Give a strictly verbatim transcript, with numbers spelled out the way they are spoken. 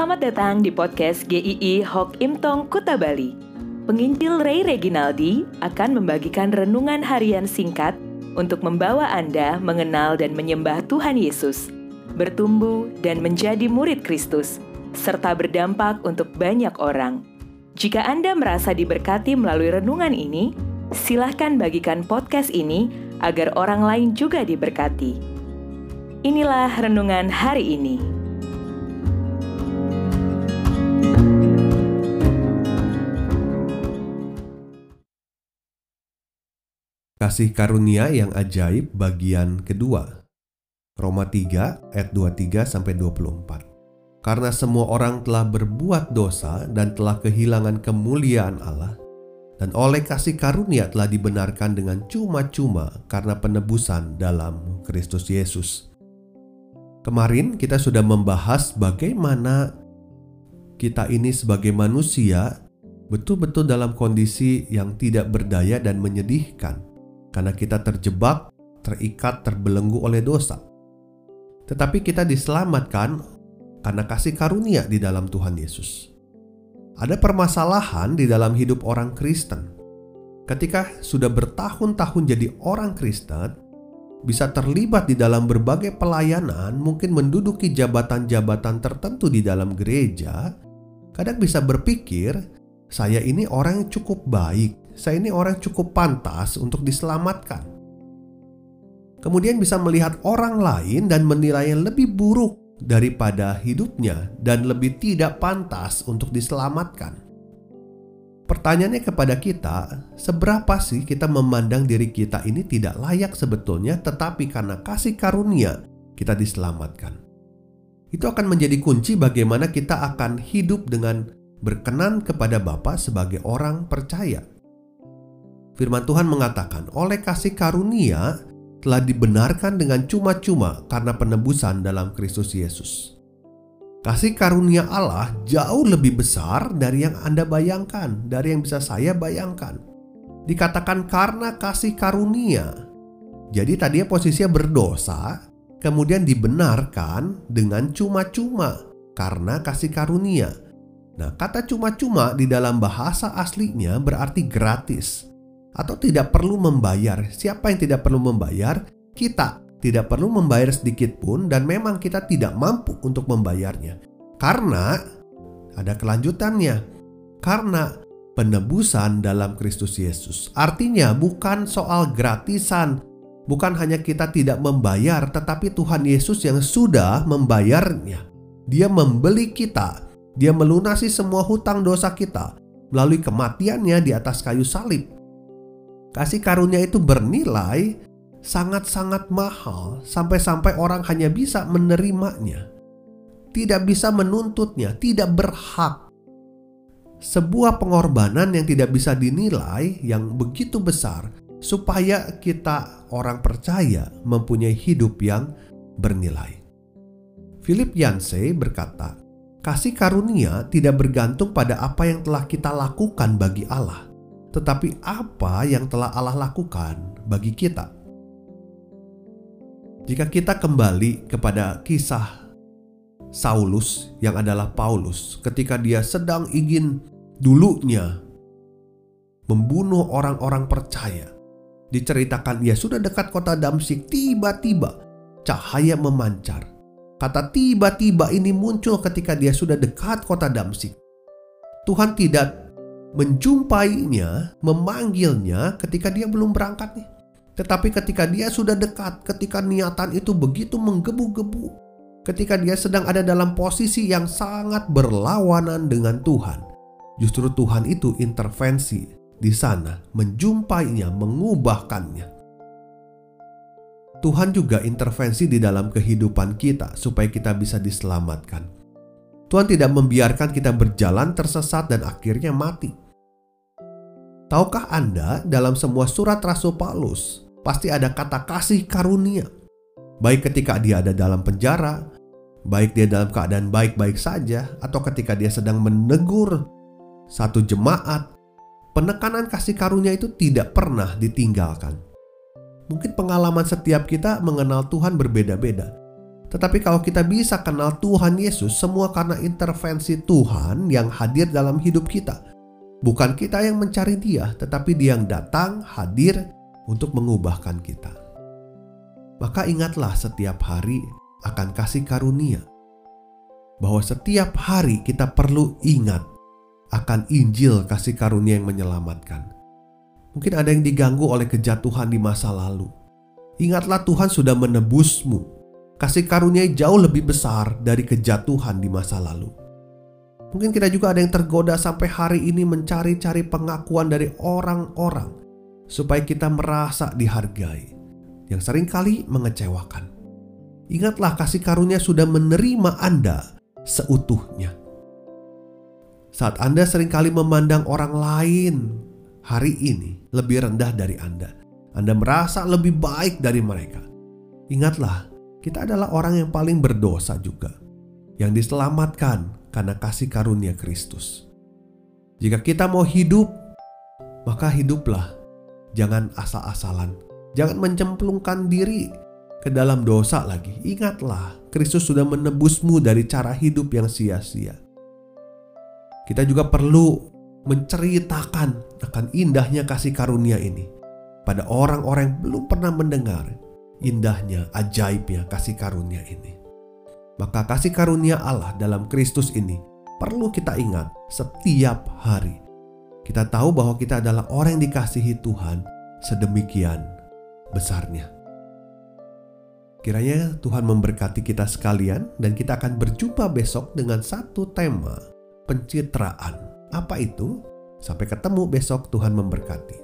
Selamat datang di podcast G I I Hok Im Tong Kuta Bali. Penginjil Ray Reginaldi akan membagikan renungan harian singkat untuk membawa Anda mengenal dan menyembah Tuhan Yesus, bertumbuh dan menjadi murid Kristus, serta berdampak untuk banyak orang. Jika Anda merasa diberkati melalui renungan ini, silahkan bagikan podcast ini agar orang lain juga diberkati. Inilah renungan hari ini. Kasih karunia yang ajaib bagian kedua. Roma tiga ayat dua puluh tiga sampai dua puluh empat. Karena semua orang telah berbuat dosa dan telah kehilangan kemuliaan Allah, dan oleh kasih karunia telah dibenarkan dengan cuma-cuma karena penebusan dalam Kristus Yesus. Kemarin kita sudah membahas bagaimana kita ini sebagai manusia betul-betul dalam kondisi yang tidak berdaya dan menyedihkan, karena kita terjebak, terikat, terbelenggu oleh dosa. Tetapi kita diselamatkan karena kasih karunia di dalam Tuhan Yesus. Ada permasalahan di dalam hidup orang Kristen. Ketika sudah bertahun-tahun jadi orang Kristen, bisa terlibat di dalam berbagai pelayanan, mungkin menduduki jabatan-jabatan tertentu di dalam gereja, kadang bisa berpikir, saya ini orang yang cukup baik, saya ini orang yang cukup pantas untuk diselamatkan. Kemudian bisa melihat orang lain dan menilai yang lebih buruk daripada hidupnya dan lebih tidak pantas untuk diselamatkan. Pertanyaannya kepada kita, seberapa sih kita memandang diri kita ini tidak layak sebetulnya, tetapi karena kasih karunia kita diselamatkan. Itu akan menjadi kunci bagaimana kita akan hidup dengan berkenan kepada Bapa sebagai orang percaya. Firman Tuhan mengatakan, oleh kasih karunia telah dibenarkan dengan cuma-cuma karena penebusan dalam Kristus Yesus. Kasih karunia Allah jauh lebih besar dari yang Anda bayangkan, dari yang bisa saya bayangkan. Dikatakan karena kasih karunia. Jadi tadinya posisinya berdosa, kemudian dibenarkan dengan cuma-cuma karena kasih karunia. Nah, kata cuma-cuma di dalam bahasa aslinya berarti gratis atau tidak perlu membayar. Siapa yang tidak perlu membayar? Kita tidak perlu membayar sedikit pun, dan memang kita tidak mampu untuk membayarnya. Karena ada kelanjutannya. Karena penebusan dalam Kristus Yesus. Artinya bukan soal gratisan, bukan hanya kita tidak membayar, tetapi Tuhan Yesus yang sudah membayarnya. Dia membeli kita. Dia melunasi semua hutang dosa kita melalui kematiannya di atas kayu salib. Kasih karunia itu bernilai sangat-sangat mahal, sampai-sampai orang hanya bisa menerimanya, tidak bisa menuntutnya, tidak berhak. Sebuah pengorbanan yang tidak bisa dinilai, yang begitu besar, supaya kita orang percaya mempunyai hidup yang bernilai. Philip Yancey berkata, kasih karunia tidak bergantung pada apa yang telah kita lakukan bagi Allah, tetapi apa yang telah Allah lakukan bagi kita. Jika kita kembali kepada kisah Saulus yang adalah Paulus, ketika dia sedang ingin dulunya membunuh orang-orang percaya, diceritakan ia sudah dekat kota Damsyik, tiba-tiba cahaya memancar. Kata tiba-tiba ini muncul ketika dia sudah dekat kota Damsyik. Tuhan tidak menjumpainya, memanggilnya ketika dia belum berangkat nih. Tetapi ketika dia sudah dekat, ketika niatan itu begitu menggebu-gebu, ketika dia sedang ada dalam posisi yang sangat berlawanan dengan Tuhan, justru Tuhan itu intervensi di sana, menjumpainya, mengubahkannya. Tuhan juga intervensi di dalam kehidupan kita supaya kita bisa diselamatkan. Tuhan tidak membiarkan kita berjalan tersesat dan akhirnya mati. Tahukah Anda, dalam semua surat Rasul Paulus pasti ada kata kasih karunia. Baik ketika dia ada dalam penjara, baik dia dalam keadaan baik-baik saja, atau ketika dia sedang menegur satu jemaat, penekanan kasih karunia itu tidak pernah ditinggalkan. Mungkin pengalaman setiap kita mengenal Tuhan berbeda-beda, Tetapi kalau kita bisa kenal Tuhan Yesus, semua karena intervensi Tuhan yang hadir dalam hidup kita. Bukan kita yang mencari Dia, tetapi Dia yang datang, hadir untuk mengubahkan kita. Maka ingatlah setiap hari akan kasih karunia. Bahwa setiap hari kita perlu ingat akan Injil kasih karunia yang menyelamatkan. Mungkin ada yang diganggu oleh kejatuhan di masa lalu. Ingatlah Tuhan sudah menebusmu. Kasih karunia jauh lebih besar dari kejatuhan di masa lalu. Mungkin kita juga ada yang tergoda sampai hari ini mencari-cari pengakuan dari orang-orang supaya kita merasa dihargai, yang seringkali mengecewakan. Ingatlah kasih karunia sudah menerima Anda seutuhnya. Saat Anda seringkali memandang orang lain hari ini lebih rendah dari Anda, Anda merasa lebih baik dari mereka. Ingatlah, kita adalah orang yang paling berdosa juga, yang diselamatkan karena kasih karunia Kristus. Jika kita mau hidup, maka hiduplah. Jangan asal-asalan. Jangan mencemplungkan diri ke dalam dosa lagi. Ingatlah, Kristus sudah menebusmu dari cara hidup yang sia-sia. Kita juga perlu menceritakan akan indahnya kasih karunia ini pada orang-orang yang belum pernah mendengar indahnya, ajaibnya kasih karunia ini. Maka kasih karunia Allah dalam Kristus ini perlu kita ingat setiap hari. Kita tahu bahwa kita adalah orang yang dikasihi Tuhan sedemikian besarnya. Kiranya Tuhan memberkati kita sekalian, dan kita akan berjumpa besok dengan satu tema, pencitraan. Apa itu? Sampai ketemu besok, Tuhan memberkati.